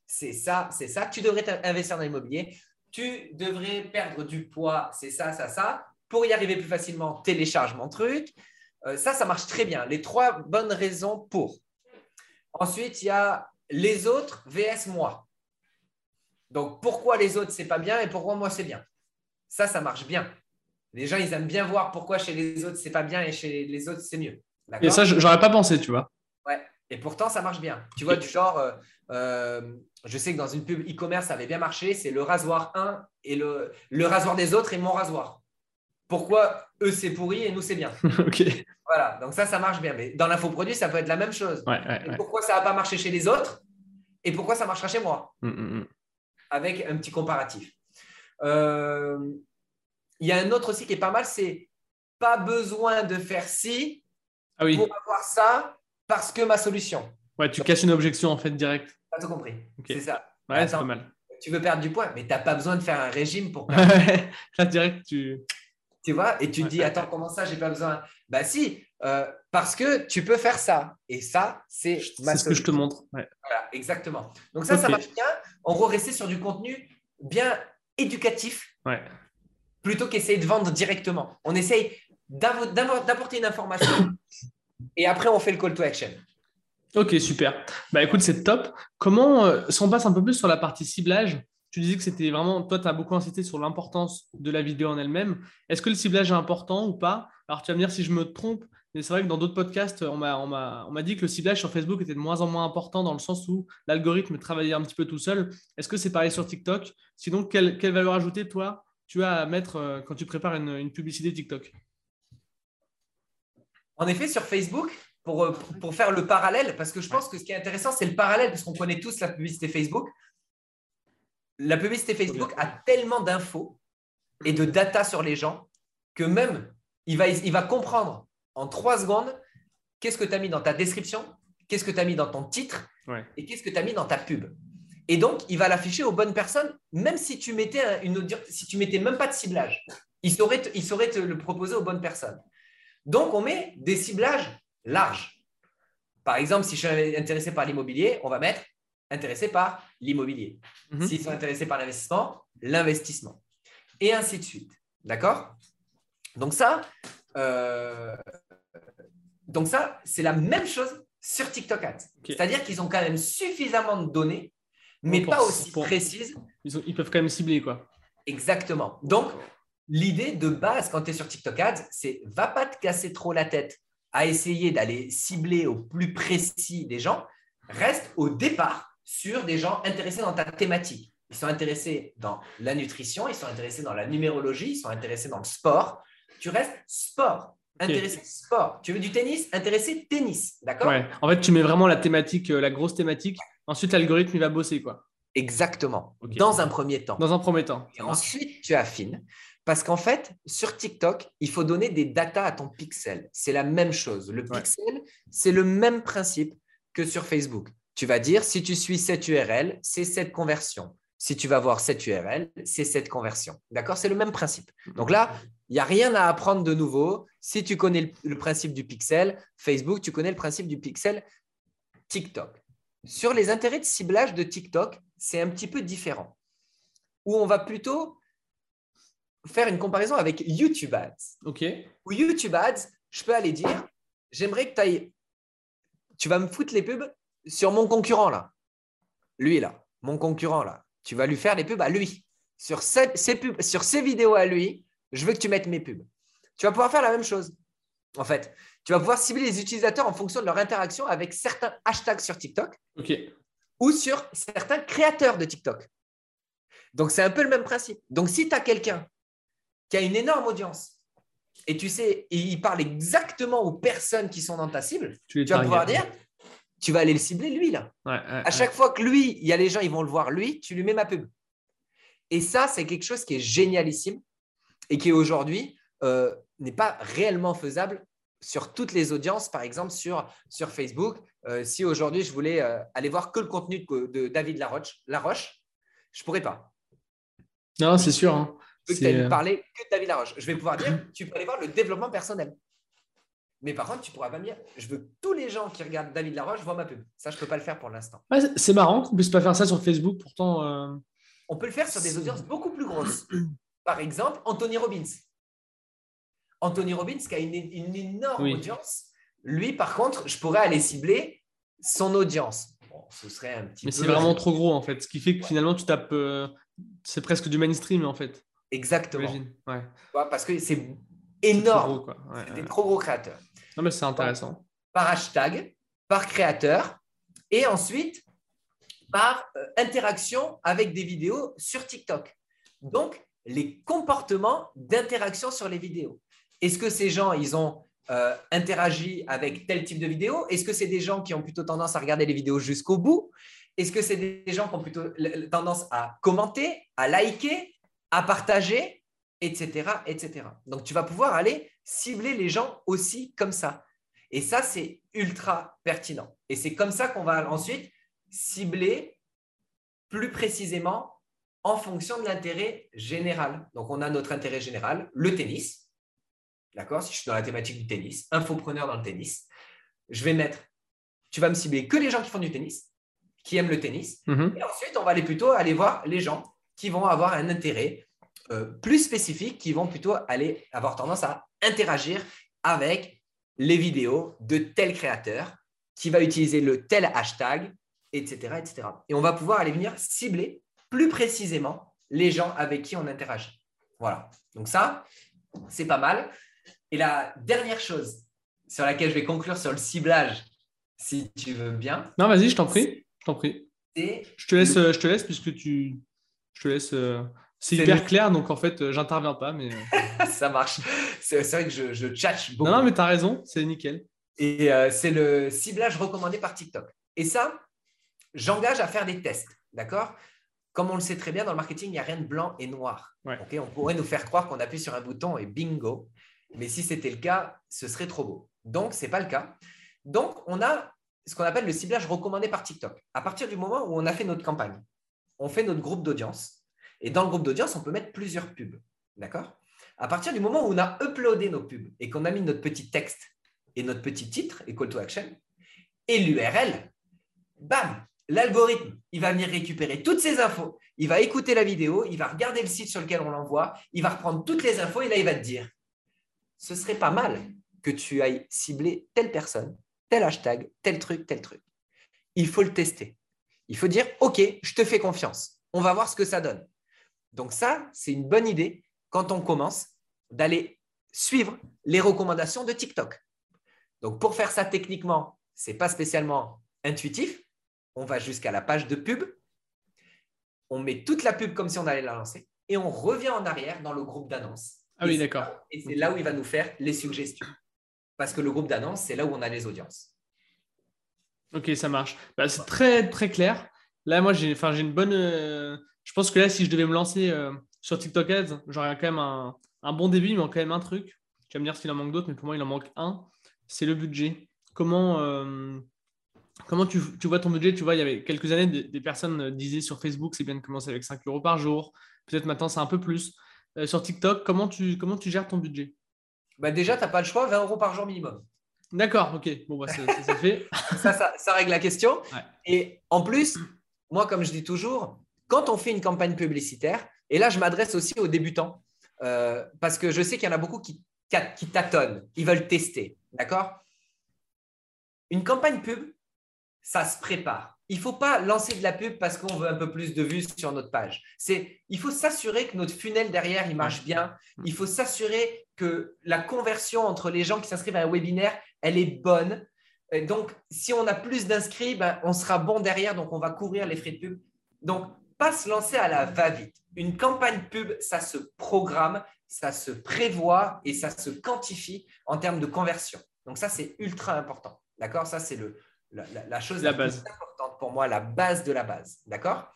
c'est ça, c'est ça. Tu devrais investir dans l'immobilier. Tu devrais perdre du poids, c'est ça, ça, ça. Pour y arriver plus facilement, télécharge mon truc. Euh, ça, ça marche très bien. Les trois bonnes raisons pour. Ensuite, il y a les autres versus moi. Donc, pourquoi les autres, c'est pas bien et pourquoi moi, c'est bien. Ça, ça marche bien. Les gens, ils aiment bien voir pourquoi chez les autres, c'est pas bien et chez les autres, c'est mieux. Et ça, j'aurais pas pensé, tu vois. Ouais. Et pourtant, ça marche bien. Tu vois, du genre, euh, euh, je sais que dans une pub e-commerce, ça avait bien marché. C'est le rasoir un et le, le rasoir des autres et mon rasoir. Pourquoi eux, c'est pourri et nous, c'est bien. Ok. Voilà. Donc ça, ça marche bien. Mais dans l'infoproduit, ça peut être la même chose. Ouais, ouais, ouais. Pourquoi ça n'a pas marché chez les autres et pourquoi ça marchera chez moi, mm, mm. avec un petit comparatif. Euh, Il y a un autre aussi qui est pas mal, c'est pas besoin de faire ci ah, oui. pour avoir ça parce que ma solution. Ouais, tu casses une objection en fait direct. Tu as tout compris. Okay. C'est ça. Ouais, c'est pas mal. Tu veux perdre du poids, mais tu n'as pas besoin de faire un régime pour perdre du poids. Là, direct, tu… Tu vois, et tu te dis, attends, comment ça, j'ai pas besoin? Bah si, euh, parce que tu peux faire ça. Et ça, c'est ma C'est ce que je te montre. Ouais. Voilà, exactement. Donc ça, okay. Ça marche bien. On va rester sur du contenu bien éducatif, ouais. plutôt qu'essayer de vendre directement. On essaye d'apporter une information et après, on fait le call to action. Ok, super. Bah écoute, c'est top. Comment, euh, si on passe un peu plus sur la partie ciblage, tu disais que c'était vraiment, toi, tu as beaucoup insisté sur l'importance de la vidéo en elle-même. Est-ce que le ciblage est important ou pas? Alors, tu vas me dire si je me trompe, mais c'est vrai que dans d'autres podcasts, on m'a, on m'a, on m'a dit que le ciblage sur Facebook était de moins en moins important dans le sens où l'algorithme travaillait un petit peu tout seul. Est-ce que c'est pareil sur TikTok? Sinon, quelle, quelle valeur ajoutée, toi, tu as à mettre euh, quand tu prépares une, une publicité TikTok? En effet, sur Facebook, pour, pour faire le parallèle, parce que je pense ouais. que ce qui est intéressant, c'est le parallèle, parce qu'on connaît tous la publicité Facebook. La publicité Facebook a tellement d'infos et de data sur les gens que même, il va, il va comprendre en trois secondes qu'est-ce que tu as mis dans ta description, qu'est-ce que tu as mis dans ton titre ouais. et qu'est-ce que tu as mis dans ta pub. Et donc, il va l'afficher aux bonnes personnes, même si tu mettais une audience, si tu mettais même pas de ciblage. Il saurait, te, il saurait te le proposer aux bonnes personnes. Donc, on met des ciblages larges. Par exemple, si je suis intéressé par l'immobilier, on va mettre intéressé par l'immobilier. Mm-hmm. S'ils sont intéressés par l'investissement, l'investissement. Et ainsi de suite. D'accord? Donc ça, euh, donc ça, c'est la même chose sur TikTok Ads. Okay. C'est-à-dire qu'ils ont quand même suffisamment de données, mais pour, pas aussi pour, précises. Ils, ont, ils peuvent quand même cibler, quoi. Exactement. Donc, l'idée de base quand tu es sur TikTok Ads, c'est va pas te casser trop la tête à essayer d'aller cibler au plus précis des gens. Reste au départ sur des gens intéressés dans ta thématique. Ils sont intéressés dans la nutrition, ils sont intéressés dans la numérologie, ils sont intéressés dans le sport. Tu restes sport, intéressé okay. sport. Tu veux du tennis, intéressé tennis, d'accord? Ouais. En fait, tu mets vraiment la thématique, la grosse thématique. Ensuite, l'algorithme, il va bosser, quoi. Exactement. Okay. Dans un premier temps. Dans un premier temps. Et ensuite, tu affines. Parce qu'en fait, sur TikTok, il faut donner des datas à ton pixel. C'est la même chose. Le pixel, ouais. c'est le même principe que sur Facebook. Tu vas dire, si tu suis cette U R L, c'est cette conversion. Si tu vas voir cette U R L, c'est cette conversion. D'accord? C'est le même principe. Donc là, il n'y a rien à apprendre de nouveau. Si tu connais le, le principe du pixel Facebook, tu connais le principe du pixel TikTok. Sur les intérêts de ciblage de TikTok, c'est un petit peu différent. Où on va plutôt faire une comparaison avec YouTube Ads. OK. Ou YouTube Ads, je peux aller dire, j'aimerais que tu ailles, tu vas me foutre les pubs sur mon concurrent là. Lui là, mon concurrent là. Tu vas lui faire les pubs à lui. Sur ses, ses pubs, sur ses vidéos à lui, je veux que tu mettes mes pubs. Tu vas pouvoir faire la même chose. En fait, tu vas pouvoir cibler les utilisateurs en fonction de leur interaction avec certains hashtags sur TikTok okay. ou sur certains créateurs de TikTok. Donc, c'est un peu le même principe. Donc, si tu as quelqu'un qui a une énorme audience et tu sais, et il parle exactement aux personnes qui sont dans ta cible, tu, tu vas pouvoir dire, tu vas aller le cibler lui là. Ouais, ouais, à chaque ouais. fois que lui, il y a les gens, ils vont le voir lui, tu lui mets ma pub. Et ça, c'est quelque chose qui est génialissime et qui aujourd'hui euh, n'est pas réellement faisable sur toutes les audiences, par exemple sur, sur Facebook. Euh, si aujourd'hui, je voulais euh, aller voir que le contenu de, de David Laroche, Laroche, je ne pourrais pas. Non, c'est sûr. Hein. Je peux que tu ailles parler que de David Laroche. Je vais pouvoir dire, tu peux aller voir le développement personnel. Mais par contre, tu ne pourras pas me dire, je veux que tous les gens qui regardent David Laroche voient ma pub. Ça, je ne peux pas le faire pour l'instant. Ouais, c'est marrant qu'on ne puisse pas faire ça sur Facebook. Pourtant, euh... on peut le faire sur des audiences beaucoup plus grosses. Par exemple, Anthony Robbins. Anthony Robbins qui a une, une énorme oui. audience. Lui, par contre, je pourrais aller cibler son audience. Bon, ce serait un petit Mais peu… c'est vraiment trop gros, en fait. Ce qui fait que finalement, tu tapes… Euh, c'est presque du mainstream, en fait. Exactement. Ouais. Parce que c'est énorme. C'est trop gros, ouais, c'est ouais. des trop gros créateurs. Non, mais c'est intéressant. Donc, par hashtag, par créateur, et ensuite par euh, interaction avec des vidéos sur TikTok. Donc, les comportements d'interaction sur les vidéos. Est-ce que ces gens, ils ont euh, interagi avec tel type de vidéo? Est-ce que c'est des gens qui ont plutôt tendance à regarder les vidéos jusqu'au bout? Est-ce que c'est des gens qui ont plutôt tendance à commenter, à liker, à partager, et cetera, et cetera. Donc, tu vas pouvoir aller cibler les gens aussi comme ça. Et ça, c'est ultra pertinent. Et c'est comme ça qu'on va ensuite cibler plus précisément en fonction de l'intérêt général. Donc, on a notre intérêt général, le tennis. D'accord? Si je suis dans la thématique du tennis, infopreneur dans le tennis, je vais mettre, tu vas me cibler que les gens qui font du tennis, qui aiment le tennis. Mm-hmm. Et ensuite, on va aller plutôt aller voir les gens qui vont avoir un intérêt euh, plus spécifique, qui vont plutôt aller avoir tendance à interagir avec les vidéos de tel créateur qui va utiliser le tel hashtag, et cetera, et cetera. Et on va pouvoir aller venir cibler plus précisément les gens avec qui on interagit. Voilà. Donc ça, c'est pas mal. Et la dernière chose sur laquelle je vais conclure sur le ciblage, si tu veux bien. Non, vas-y, je t'en prie. Je t'en prie. Je te laisse, le... je te laisse puisque tu, je te laisse. Euh... C'est hyper le... clair, donc en fait, euh, j'interviens pas, mais ça marche. C'est, c'est vrai que je, je tchatche beaucoup. Non, non, mais tu as raison, c'est nickel. Et euh, c'est le ciblage recommandé par TikTok. Et ça, j'engage à faire des tests, d'accord? Comme on le sait très bien, dans le marketing, il n'y a rien de blanc et noir. Ouais. Okay, on pourrait nous faire croire qu'on appuie sur un bouton et bingo. Mais si c'était le cas, ce serait trop beau. Donc, ce n'est pas le cas. Donc, on a ce qu'on appelle le ciblage recommandé par TikTok. À partir du moment où on a fait notre campagne, on fait notre groupe d'audience. Et dans le groupe d'audience, on peut mettre plusieurs pubs. D'accord? À partir du moment où on a uploadé nos pubs et qu'on a mis notre petit texte et notre petit titre et call to action et l'U R L, bam, l'algorithme, il va venir récupérer toutes ces infos, il va écouter la vidéo, il va regarder le site sur lequel on l'envoie, il va reprendre toutes les infos et là, il va te dire « Ce serait pas mal que tu ailles cibler telle personne, tel hashtag, tel truc, tel truc. » Il faut le tester. Il faut dire « Ok, je te fais confiance. On va voir ce que ça donne. » Donc ça, c'est une bonne idée quand on commence d'aller suivre les recommandations de TikTok. Donc, pour faire ça techniquement, ce n'est pas spécialement intuitif. On va jusqu'à la page de pub. On met toute la pub comme si on allait la lancer et on revient en arrière dans le groupe d'annonces. Ah oui, d'accord. Et c'est là où il va nous faire les suggestions. Parce que le groupe d'annonces, c'est là où on a les audiences. Ok, ça marche. Bah, c'est très, très clair. Là, moi, j'ai, enfin, j'ai une bonne… Euh, je pense que là, si je devais me lancer euh, sur TikTok Ads, j'aurais quand même un, un bon début. Il manque quand même un truc. Tu vas me dire s'il en manque d'autres, mais pour moi, il en manque un. C'est le budget. Comment… Euh, Comment tu, tu vois ton budget? Tu vois, il y avait quelques années, des, des personnes disaient sur Facebook, c'est bien de commencer avec cinq euros par jour. Peut-être maintenant, c'est un peu plus. Euh, sur TikTok, comment tu, comment tu gères ton budget? Bah déjà, tu n'as pas le choix, vingt euros par jour minimum. D'accord, ok. Bon, bah, ça, ça, ça fait. ça, ça, ça règle la question. Ouais. Et en plus, moi, comme je dis toujours, quand on fait une campagne publicitaire, et là, je m'adresse aussi aux débutants, euh, parce que je sais qu'il y en a beaucoup qui, qui tâtonnent, ils veulent tester. D'accord? Une campagne pub, ça se prépare. Il ne faut pas lancer de la pub parce qu'on veut un peu plus de vues sur notre page. C'est, il faut s'assurer que notre funnel derrière, il marche bien. Il faut s'assurer que la conversion entre les gens qui s'inscrivent à un webinaire, elle est bonne. Et donc, si on a plus d'inscrits, ben, on sera bon derrière, donc on va couvrir les frais de pub. Donc, pas se lancer à la va-vite. Une campagne pub, ça se programme, ça se prévoit et ça se quantifie en termes de conversion. Donc, ça, c'est ultra important. D'accord? Ça, c'est le… La, la, la chose la, la plus importante pour moi, la base de la base. D'accord?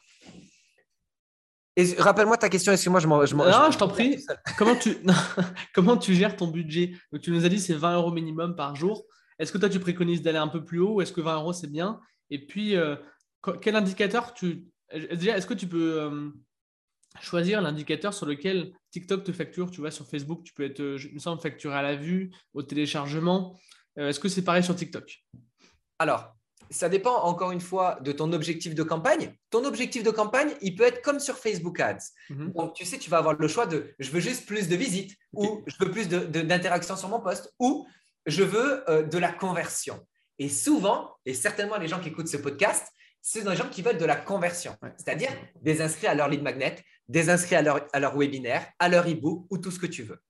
Et rappelle-moi ta question, excuse-moi, je m'en. Je non, je, je t'en prie. Comment tu, comment tu gères ton budget? Donc, tu nous as dit c'est vingt euros minimum par jour. Est-ce que toi, tu préconises d'aller un peu plus haut ou est-ce que vingt euros, c'est bien? Et puis, euh, quel indicateur tu. Déjà, est-ce que tu peux. Euh, choisir l'indicateur sur lequel TikTok te facture. Tu vois, sur Facebook, tu peux être, euh, il me semble, facturé à la vue, au téléchargement. Euh, est-ce que c'est pareil sur TikTok? Alors, ça dépend encore une fois de ton objectif de campagne. Ton objectif de campagne, il peut être comme sur Facebook Ads. Mhm. Donc, tu sais, tu vas avoir le choix de je veux juste plus de visites Ok. ou je veux plus de- de- d'interactions sur mon post ou je veux euh, de la conversion. Et souvent, et certainement les gens qui écoutent ce podcast, c'est des gens qui veulent de la conversion, Ouais, c'est-à-dire c'est vrai. des inscrits à leur lead magnet, des inscrits à leur, à leur webinaire, à leur e-book ou tout ce que tu veux.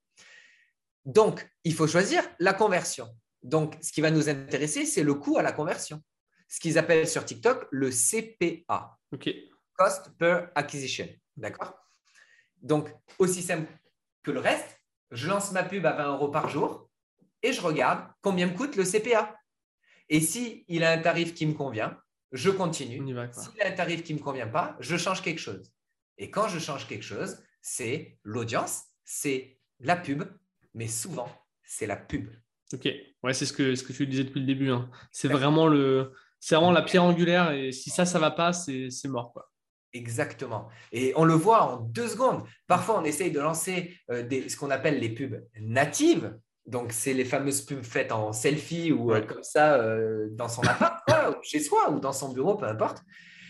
Donc, il faut choisir la conversion. Donc, ce qui va nous intéresser, c'est le coût à la conversion. Ce qu'ils appellent sur TikTok le C P A, Ok. Cost Per Acquisition. D'accord? Donc, aussi simple que le reste, je lance ma pub à vingt euros par jour et je regarde combien me coûte le C P A. Et s'il a un tarif qui me convient, je On continue. y va, quoi. S'il a un tarif qui ne me convient pas, je change quelque chose. Et quand je change quelque chose, c'est l'audience, c'est la pub, mais souvent, c'est la pub. Ok. Ouais, c'est ce que, ce que tu disais depuis le début, hein. C'est vraiment, le, c'est vraiment la pierre angulaire. Et si ça, ça ne va pas, c'est, c'est mort, quoi. Exactement. Et on le voit en deux secondes. Parfois, on essaye de lancer euh, des, ce qu'on appelle les pubs natives. Donc, c'est les fameuses pubs faites en selfie ou euh, Ouais. comme ça euh, dans son appart, quoi, ou chez soi ou dans son bureau, peu importe.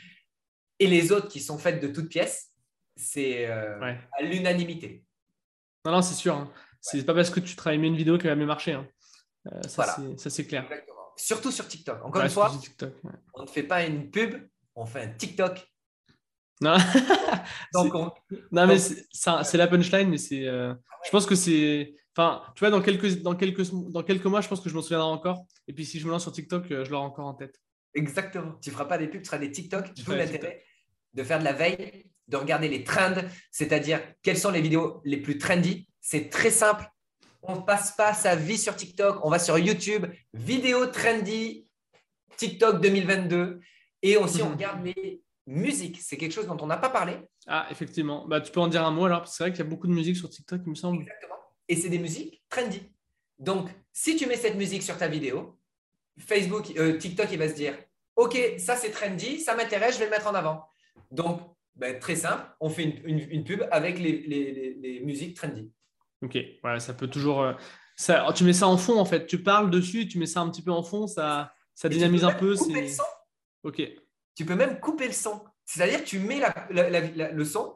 Et les autres qui sont faites de toutes pièces, c'est euh, Ouais. à l'unanimité. Non, non, c'est sûr, hein. C'est pas parce que tu travailles mieux une vidéo qu'elle va mieux marcher, hein. Euh, ça, Voilà. c'est, ça, c'est clair. Exactement. Surtout sur TikTok. Encore Ouais, une fois, sur TikTok, ouais. on ne fait pas une pub, on fait un TikTok. Non, Donc, c'est- on, non, mais donc c'est ça- c'est la punchline, mais c'est. euh, Je pense que c'est. Enfin, tu vois, dans quelques, dans, quelques, dans quelques mois, je pense que je m'en souviendrai encore. Et puis, si je me lance sur TikTok, euh, je l'aurai encore en tête. exactement. Tu ne feras pas des pubs, tu feras des TikTok. Je D'où ferai TikTok. l'intérêt de faire de la veille, de regarder les trends, c'est-à-dire quelles sont les vidéos les plus trendy. C'est très simple. On ne passe pas sa vie sur TikTok. On va sur YouTube, vidéo trendy, TikTok deux mille vingt-deux. Et aussi, on Mhm. regarde les musiques. C'est quelque chose dont on n'a pas parlé. Ah, effectivement. Bah, tu peux en dire un mot alors, parce que c'est vrai qu'il y a beaucoup de musique sur TikTok, il me semble. Exactement. Et c'est des musiques trendy. Donc, si tu mets cette musique sur ta vidéo, Facebook, euh, TikTok, il va se dire OK, ça c'est trendy, ça m'intéresse, je vais le mettre en avant. Donc, ben, très simple, on fait une, une, une pub avec les, les, les, les musiques trendy. Ok, ouais, ça peut toujours. euh, Ça... Tu mets ça en fond, en fait. Tu parles dessus, tu mets ça un petit peu en fond, ça, ça Et tu peux dynamise un même peu. couper le C'est... son. Ok. Tu peux même couper le son. C'est-à-dire, tu mets la, la, la, la, le son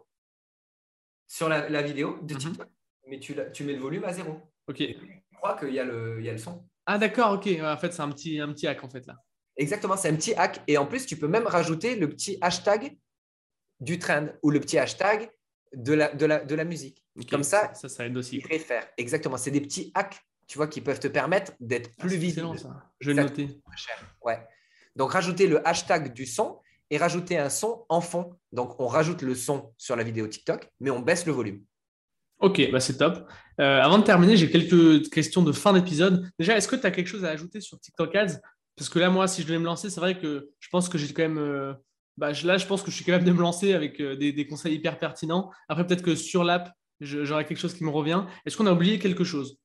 sur la, la vidéo de TikTok, mm-hmm. mais tu, la, tu mets le volume à zéro. Ok. Et tu crois qu'il y a le, il y a le son. Ah, d'accord, ok. Ouais, en fait, c'est un petit, un petit hack, en fait, là. Exactement, c'est un petit hack. Et en plus, tu peux même rajouter le petit hashtag du trend ou le petit hashtag de la, de la, de la musique. Okay. Comme ça, ça, ça aide aussi. Préfère. Exactement, c'est des petits hacks, tu vois, qui peuvent te permettre d'être plus ah, visible. Excellent, ça. Je vais le noter. Ouais. Donc, rajouter le hashtag du son et rajouter un son en fond. Donc, on rajoute le son sur la vidéo TikTok, mais on baisse le volume. Ok, bah c'est top. Euh, avant de terminer, j'ai quelques questions de fin d'épisode. Déjà, est-ce que tu as quelque chose à ajouter sur TikTok Ads? Parce que là, moi, si je devais me lancer, c'est vrai que je pense que j'ai quand même… Euh, bah, là, je pense que je suis capable de me lancer avec euh, des, des conseils hyper pertinents. Après, peut-être que sur l'app, j'aurai quelque chose qui me revient. Est-ce qu'on a oublié quelque chose?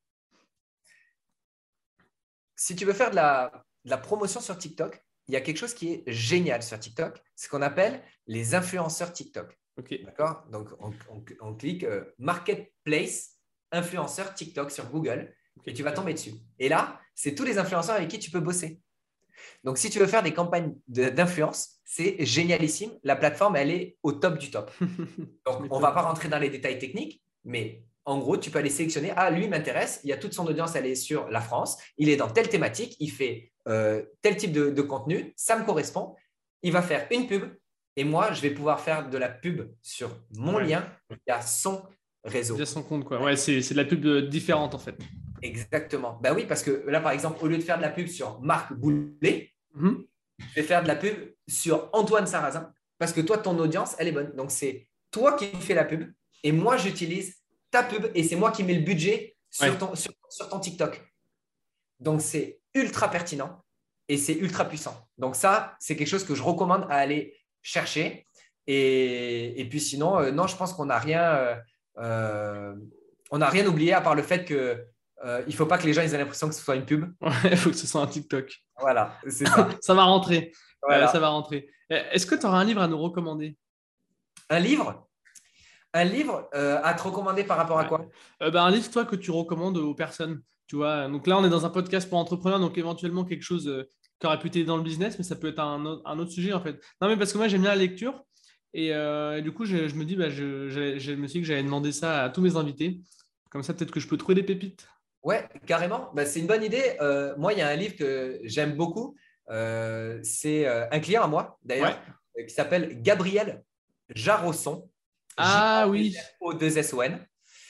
Si tu veux faire de la, de la promotion sur TikTok, il y a quelque chose qui est génial sur TikTok, c'est ce qu'on appelle les influenceurs TikTok. Okay. D'accord? Donc, on, on, on clique euh, Marketplace influenceurs TikTok sur Google okay. et tu vas tomber dessus. Et là, c'est tous les influenceurs avec qui tu peux bosser. Donc, si tu veux faire des campagnes d'influence, c'est génialissime. La plateforme, elle est au top du top. Donc, on ne va pas rentrer dans les détails techniques, mais en gros, tu peux aller sélectionner. Ah, lui m'intéresse. Il y a toute son audience, elle est sur la France. Il est dans telle thématique. Il fait euh, tel type de, de contenu. Ça me correspond. Il va faire une pub. Et moi, je vais pouvoir faire de la pub sur mon ouais. lien via son réseau. Via son compte, quoi. Ouais, c'est de la pub différente, en fait. Exactement. Ben oui, parce que là, par exemple, au lieu de faire de la pub sur Marc Boulet, mm-hmm. je vais faire de la pub sur Antoine Sarrazin parce que toi, ton audience, elle est bonne. Donc, c'est toi qui fais la pub et moi, j'utilise ta pub et c'est moi qui mets le budget sur, ouais. ton, sur, sur ton TikTok. Donc, c'est ultra pertinent et c'est ultra puissant. Donc, ça, c'est quelque chose que je recommande à aller chercher. Et, et puis, sinon, euh, non, je pense qu'on n'a rien, euh, euh, on n'a rien oublié à part le fait que Euh, il ne faut pas que les gens aient l'impression que ce soit une pub. Ouais, il faut que ce soit un TikTok. Voilà, c'est ça. Ça va rentrer. Voilà. Euh, ça va rentrer. Est-ce que tu auras un livre à nous recommander? Un livre? Un livre euh, à te recommander par rapport à Ouais. quoi? Euh, bah, un livre, toi, que tu recommandes aux personnes. Tu vois, donc là, on est dans un podcast pour entrepreneurs, donc éventuellement quelque chose euh, qui aurait pu t'aider dans le business, mais ça peut être un, autre- un autre sujet en fait. Non, mais parce que moi, j'aime bien la lecture. Et, euh, et du coup, je, je me dis, bah, je, je, je me suis dit que j'allais demander ça à tous mes invités. Comme ça, peut-être que je peux trouver des pépites. Ouais, carrément. Bah, c'est une bonne idée. Euh, moi, il y a un livre que j'aime beaucoup. Euh, c'est euh, un client à moi, Ouais. d'ailleurs, euh, qui s'appelle Gabriel Jarosson. Ah oui, J-A-R-O-deux-S-O-N.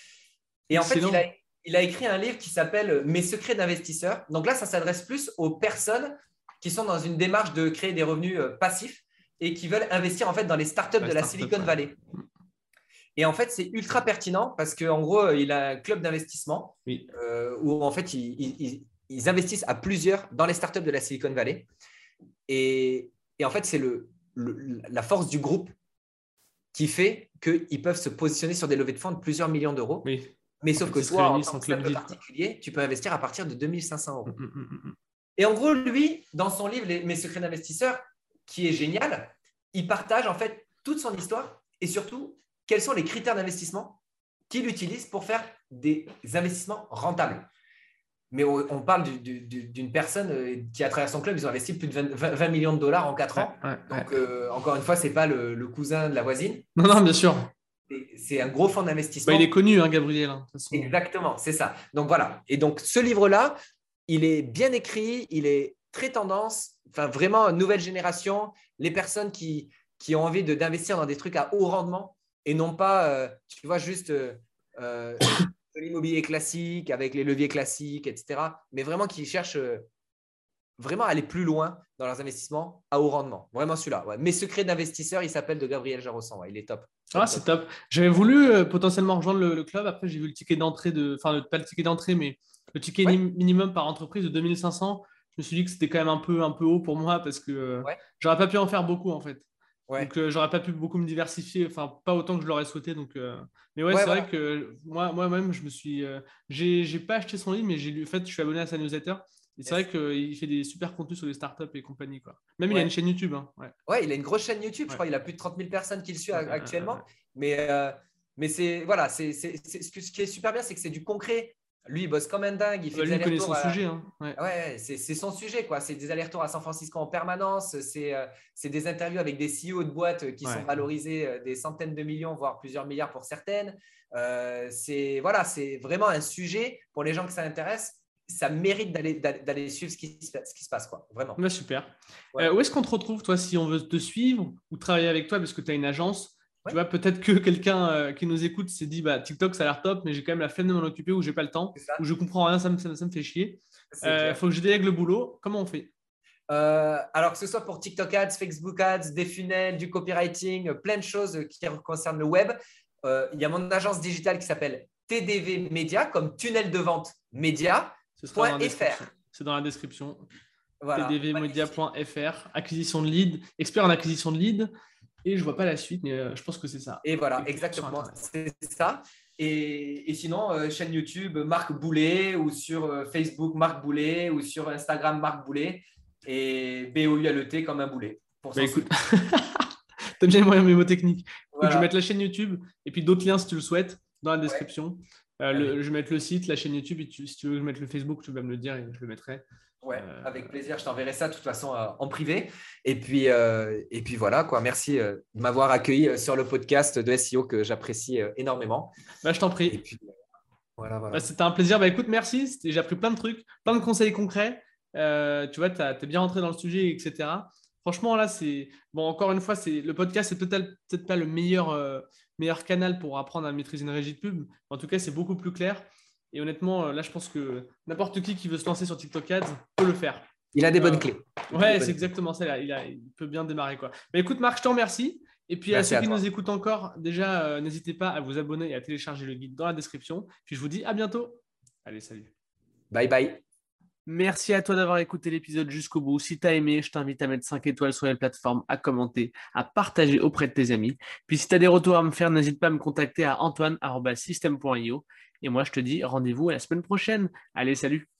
Et en fait, il a, excellent. il a écrit un livre qui s'appelle Mes secrets d'investisseur. Donc là, ça s'adresse plus aux personnes qui sont dans une démarche de créer des revenus euh, passifs et qui veulent investir en fait dans les startups La de la start-up, Silicon ouais. Valley. Et en fait, c'est ultra pertinent parce qu'en gros, il a un club d'investissement Oui. euh, où en fait, ils, ils- ils investissent à plusieurs dans les startups de la Silicon Valley. Et, et en fait, c'est le, le- la force du groupe qui fait qu'ils peuvent se positionner sur des levées de fonds de plusieurs millions d'euros. Oui. Mais En sauf fait, que ils se toi, en réunissent tant en que club simple vide, quoi. particulier, tu peux investir à partir de deux mille cinq cents Mm, euros. mm, mm, mm. Et en gros, lui, dans son livre les- Mes secrets d'investisseur, qui est génial, il partage en fait toute son histoire et surtout quels sont les critères d'investissement qu'il utilise pour faire des investissements rentables. Mais on, on parle du- du- du- d'une personne euh, qui, à travers son club, ils ont investi plus de vingt, vingt- vingt millions de dollars en quatre Ouais, ans. ouais, ouais. Donc, euh, encore une fois, ce n'est pas le, le cousin de la voisine. Non, non, bien sûr. C'est c'est un gros fonds Bah, il est d'investissement. connu, hein, Gabriel, hein, de toute façon. Exactement, c'est ça. Donc voilà. Et donc ce livre-là, il est bien écrit, il est très tendance, enfin vraiment nouvelle génération, les personnes qui, qui ont envie de- d'investir dans des trucs à haut rendement et non pas, euh, tu vois, juste euh, euh, de l'immobilier classique avec les leviers classiques, et cetera. Mais vraiment qui cherchent euh, vraiment à aller plus loin dans leurs investissements à haut rendement. Vraiment celui-là. Ouais. Mes secrets d'investisseur, il s'appelle de Gabriel Jarossan. Ouais, il est top. Ah, Top, c'est top. top. J'avais voulu euh, potentiellement rejoindre le, le club. Après, j'ai vu le ticket d'entrée de. Enfin, le- pas le ticket d'entrée, mais le ticket Ouais, ni- minimum par entreprise de deux mille cinq cents. Je me suis dit que c'était quand même un peu, un peu haut pour moi parce que euh, ouais, j'aurais pas pu en faire beaucoup, en fait. ouais. Donc, euh, j'aurais pas pu beaucoup me diversifier. Enfin, pas autant que je l'aurais souhaité. Donc, euh, Mais ouais, Ouais, c'est vrai voilà. que moi, moi-même, je me suis. euh, J'ai j'ai pas acheté son livre, mais j'ai lu. En fait, je suis abonné à sa newsletter. Et c'est Yes. vrai qu'il fait des super contenus sur les startups et compagnie, quoi. Même il a une Ouais. chaîne YouTube, hein. Ouais. Ouais, il a une grosse chaîne YouTube, je Ouais. crois. Il a plus de trente mille personnes qui le suivent Ouais, ouais, ouais, ouais. actuellement. Mais, euh, mais c'est voilà, c'est, c'est, c'est- ce, que- ce qui est super bien, c'est que c'est du concret. Lui, il bosse comme un dingue, il Ah fait bah, des lui, il connaît allers-retours son à. sujet, hein. Ouais. Ouais, ouais, c'est, c'est son sujet, quoi. C'est des allers-retours à San Francisco en permanence. C'est, euh, c'est des interviews avec des C E O de boîtes qui sont Ouais. valorisés euh, des centaines de millions, voire plusieurs milliards pour certaines. Euh, c'est voilà, c'est vraiment un sujet pour les gens que ça intéresse. Ça mérite d'aller, d'aller, d'aller suivre ce qui, se- ce qui se passe, quoi. Vraiment. Bah, super. Ouais. Euh, où est-ce qu'on te retrouve, toi, si on veut te suivre ou travailler avec toi, parce que tu as une agence? Tu Ouais, vois, peut-être que quelqu'un euh, qui nous écoute s'est dit, bah, TikTok, ça a l'air top, mais j'ai quand même la flemme de m'en occuper ou j'ai pas le temps c'est ça, ou je comprends rien, ça me, ça me, ça me fait chier. c'est Euh, clair. faut que je délègue le boulot. Comment on fait? Euh, alors que ce soit pour TikTok Ads, Facebook Ads, des funnels, du copywriting, euh, plein de choses qui concernent le web. Euh, il y a mon agence digitale qui s'appelle T D V Media, comme tunnel de vente Ce sera dans la média.fr. description. C'est dans la description. Voilà, magnifique. t d v media point f r, acquisition de lead, expert en acquisition de lead. Et je vois pas la suite, mais euh, je pense que c'est ça. Et voilà, Et que sur exactement, Internet. c'est ça. Et, et sinon, euh, chaîne YouTube Marc Boulet ou sur euh, Facebook Marc Boulet ou sur Instagram Marc Boulet et B O U L E T comme un boulet pour Bah s'en écoute, souvenir. t'aimes bien les moyens mémotechniques. Écoute, je vais mettre Voilà. la chaîne YouTube et puis d'autres liens si tu le souhaites dans la Ouais, description. Euh, le- avec je vais mettre le site, la chaîne YouTube et tu- si tu veux que je mette le Facebook, tu vas me le dire et je le mettrai. Ouais, Euh, avec plaisir. Je t'enverrai ça de toute façon euh, en privé. Et puis, euh, et puis voilà, quoi. Merci euh, de m'avoir accueilli euh, sur le podcast de S E O que j'apprécie euh, énormément. Bah, je t'en Et prie. puis, voilà, Bah, voilà. c'était un plaisir. Bah, écoute, merci. C'était- J'ai appris plein de trucs, plein de conseils concrets. Euh, tu vois, tu es bien rentré dans le sujet, et cetera. Franchement, là, c'est. Bon, encore une fois, c'est le podcast, c'est peut-être peut-être pas le meilleur, euh, meilleur canal pour apprendre à maîtriser une régie de pub. En tout cas, c'est beaucoup plus clair. Et honnêtement, euh, là, je pense que n'importe qui qui veut se lancer sur TikTok Ads peut le faire. Il a des bonnes Euh, clés. Il a des ouais, c'est bonnes clés. exactement ça. Là. Il, a- il peut bien démarrer, quoi. Mais écoute, Marc, je te remercie. Et puis à Merci ceux à qui nous toi. écoutent encore, déjà, euh, n'hésitez pas à vous abonner et à télécharger le guide dans la description. Puis je vous dis à bientôt. Allez, salut. Bye bye. Merci à toi d'avoir écouté l'épisode jusqu'au bout. Si tu as aimé, je t'invite à mettre cinq étoiles sur les plateformes, à commenter, à partager auprès de tes amis. Puis si tu as des retours à me faire, n'hésite pas à me contacter à antoine arobase système point io. Et moi, je te dis rendez-vous à la semaine prochaine. Allez, salut.